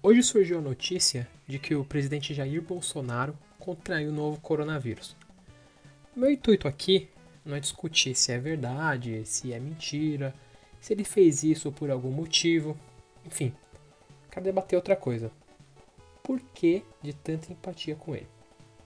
Hoje surgiu a notícia de que o presidente Jair Bolsonaro contraiu o novo coronavírus. Meu intuito aqui não é discutir se é verdade, se é mentira, se ele fez isso por algum motivo. Enfim, quero debater outra coisa. Por que de tanta empatia com ele?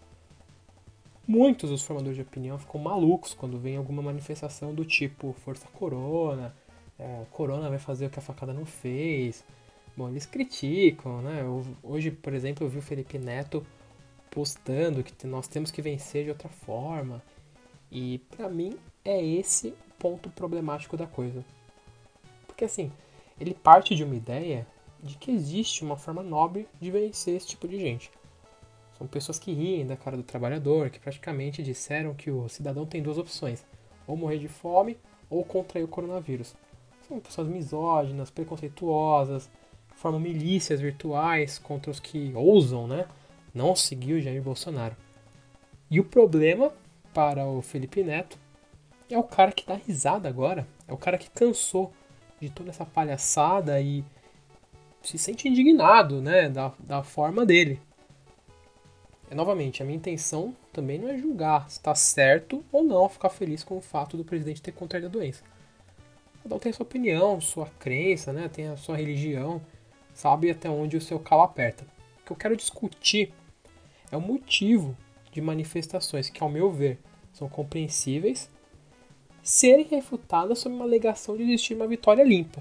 Muitos dos formadores de opinião ficam malucos quando vem alguma manifestação do tipo Força Corona, Corona vai fazer o que a facada não fez. Bom, eles criticam, né? Hoje, por exemplo, eu vi o Felipe Neto postando que nós temos que vencer de outra forma. E pra mim é esse o ponto problemático da coisa. Porque assim, ele parte de uma ideia de que existe uma forma nobre de vencer esse tipo de gente. São pessoas que riem da cara do trabalhador, que praticamente disseram que o cidadão tem duas opções: ou morrer de fome ou contrair o coronavírus. São pessoas misóginas, preconceituosas, formam milícias virtuais contra os que ousam, né, não seguir o Jair Bolsonaro. E o problema para o Felipe Neto é o cara que dá risada agora, é o cara que cansou de toda essa palhaçada e se sente indignado, né, da forma dele. Novamente, a minha intenção também não é julgar se está certo ou não ficar feliz com o fato do presidente ter contraído a doença. Cada um tem a sua opinião, sua crença, né? Tem a sua religião, sabe até onde o seu calo aperta. O que eu quero discutir é o motivo de manifestações que, ao meu ver, são compreensíveis serem refutadas sob uma alegação de existir uma vitória limpa.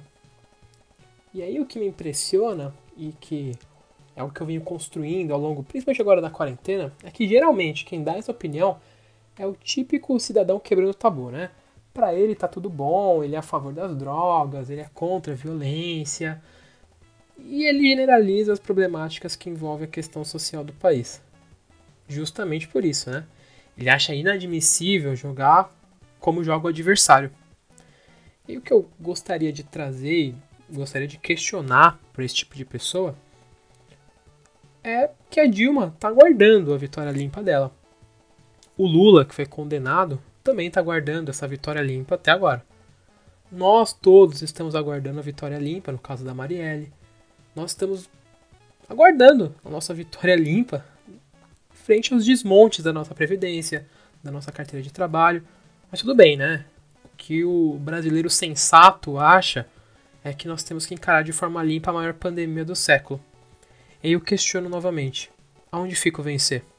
E aí o que me impressiona e que é o que eu venho construindo ao longo, principalmente agora da quarentena, é que geralmente quem dá essa opinião é o típico cidadão quebrando o tabu, né? Pra ele tá tudo bom, ele é a favor das drogas, ele é contra a violência, e ele generaliza as problemáticas que envolvem a questão social do país. Justamente por isso, né? Ele acha inadmissível jogar como joga o adversário. E o que eu gostaria de trazer, gostaria de questionar para esse tipo de pessoa, é que a Dilma está aguardando a vitória limpa dela. O Lula, que foi condenado, também está aguardando essa vitória limpa até agora. Nós todos estamos aguardando a vitória limpa, no caso da Marielle. Nós estamos aguardando a nossa vitória limpa frente aos desmontes da nossa previdência, da nossa carteira de trabalho. Mas tudo bem, né? O que o brasileiro sensato acha é que nós temos que encarar de forma limpa a maior pandemia do século. E aí eu questiono novamente: aonde fica o vencer?